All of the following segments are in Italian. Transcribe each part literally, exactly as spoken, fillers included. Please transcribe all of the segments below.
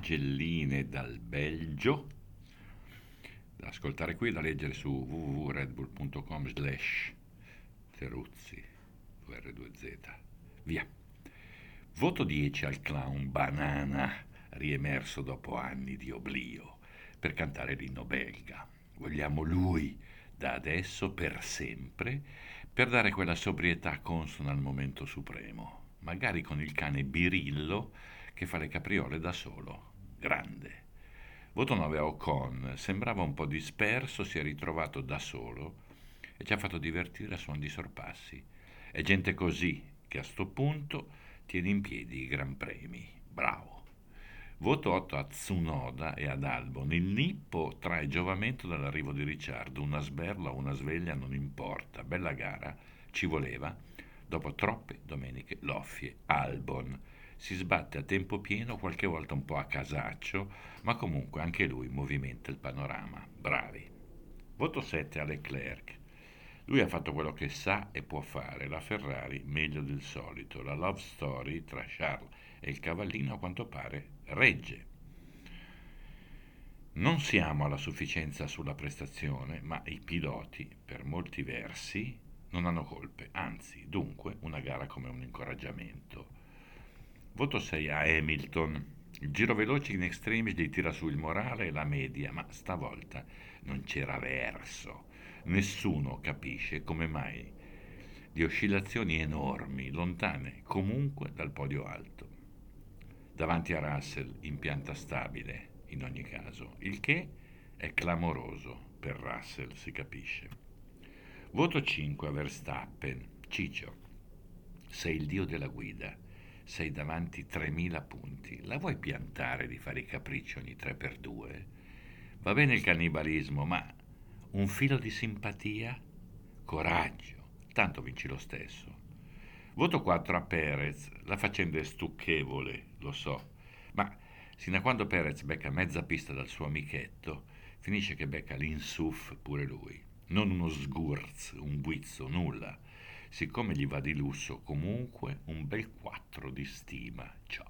pagelline dal Belgio, da ascoltare qui, da leggere su w w w punto redbull punto com slash Teruzzi, R due Z. Via. Voto dieci al clown Banana, riemerso dopo anni di oblio, per cantare l'inno belga. Vogliamo lui, da adesso, per sempre, per dare quella sobrietà consona al momento supremo, magari con il cane Birillo che fa le capriole da solo. Grande. Voto nove a Ocon, sembrava un po' disperso, si è ritrovato da solo e ci ha fatto divertire a suon di sorpassi. È gente così che a sto punto tiene in piedi i gran premi. Bravo. Voto otto a Tsunoda e ad Albon. Il Nippo trae giovamento dall'arrivo di Ricciardo. Una sberla o una sveglia non importa. Bella gara, ci voleva. Dopo troppe domeniche loffie. Albon si sbatte a tempo pieno, qualche volta un po' a casaccio, ma comunque anche lui movimenta il panorama. Bravi. Voto sette a Leclerc. Lui ha fatto quello che sa e può fare, la Ferrari meglio del solito. La love story tra Charles e il cavallino a quanto pare regge. Non siamo alla sufficienza sulla prestazione, ma i piloti, per molti versi, non hanno colpe, anzi, dunque, una gara come un incoraggiamento. Voto sei a Hamilton. Il giro veloce in extremis gli tira su il morale e la media, ma stavolta non c'era verso. Nessuno capisce come mai di oscillazioni enormi, lontane comunque dal podio alto. Davanti a Russell in pianta stabile, in ogni caso, il che è clamoroso per Russell, si capisce. Voto cinque a Verstappen. Ciccio, sei il dio della guida, sei davanti tremila punti, la vuoi piantare di fare i capricci ogni tre per due? Va bene il cannibalismo, ma un filo di simpatia? Coraggio, tanto vinci lo stesso. Voto quattro a Perez, la faccenda è stucchevole, lo so, ma sino a quando Perez becca mezza pista dal suo amichetto, finisce che becca l'insuff pure lui. Non uno sgurz, un guizzo, nulla. Siccome gli va di lusso, comunque un bel quattro di stima. Ciao.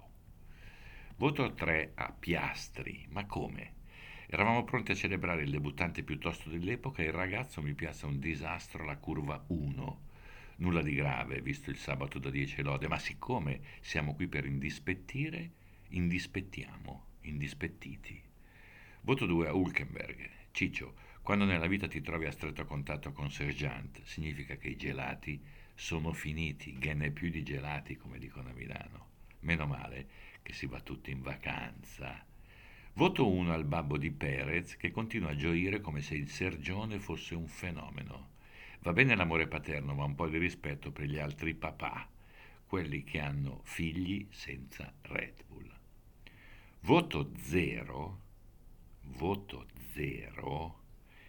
Voto tre a Piastri, ma come? Eravamo pronti a celebrare il debuttante più tosto dell'epoca e il ragazzo mi piazza un disastro alla curva uno. Nulla di grave, visto il sabato da dieci lode, ma siccome siamo qui per indispettire, indispettiamo, indispettiti. Voto due a Hülkenberg. Ciccio, quando nella vita ti trovi a stretto contatto con Sergeant, significa che i gelati sono finiti, che ne più di gelati, come dicono a Milano. Meno male che si va tutti in vacanza. Voto uno al babbo di Perez, che continua a gioire come se il Sergione fosse un fenomeno. Va bene l'amore paterno, ma un po' di rispetto per gli altri papà, quelli che hanno figli senza Red Bull. Voto zero, voto zero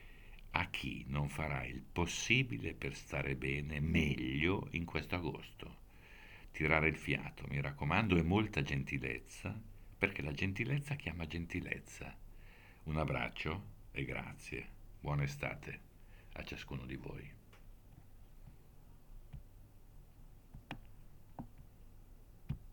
a chi non farà il possibile per stare bene meglio in questo agosto. Tirare il fiato, mi raccomando, e molta gentilezza, perché la gentilezza chiama gentilezza. Un abbraccio e grazie. Buona estate a ciascuno di voi.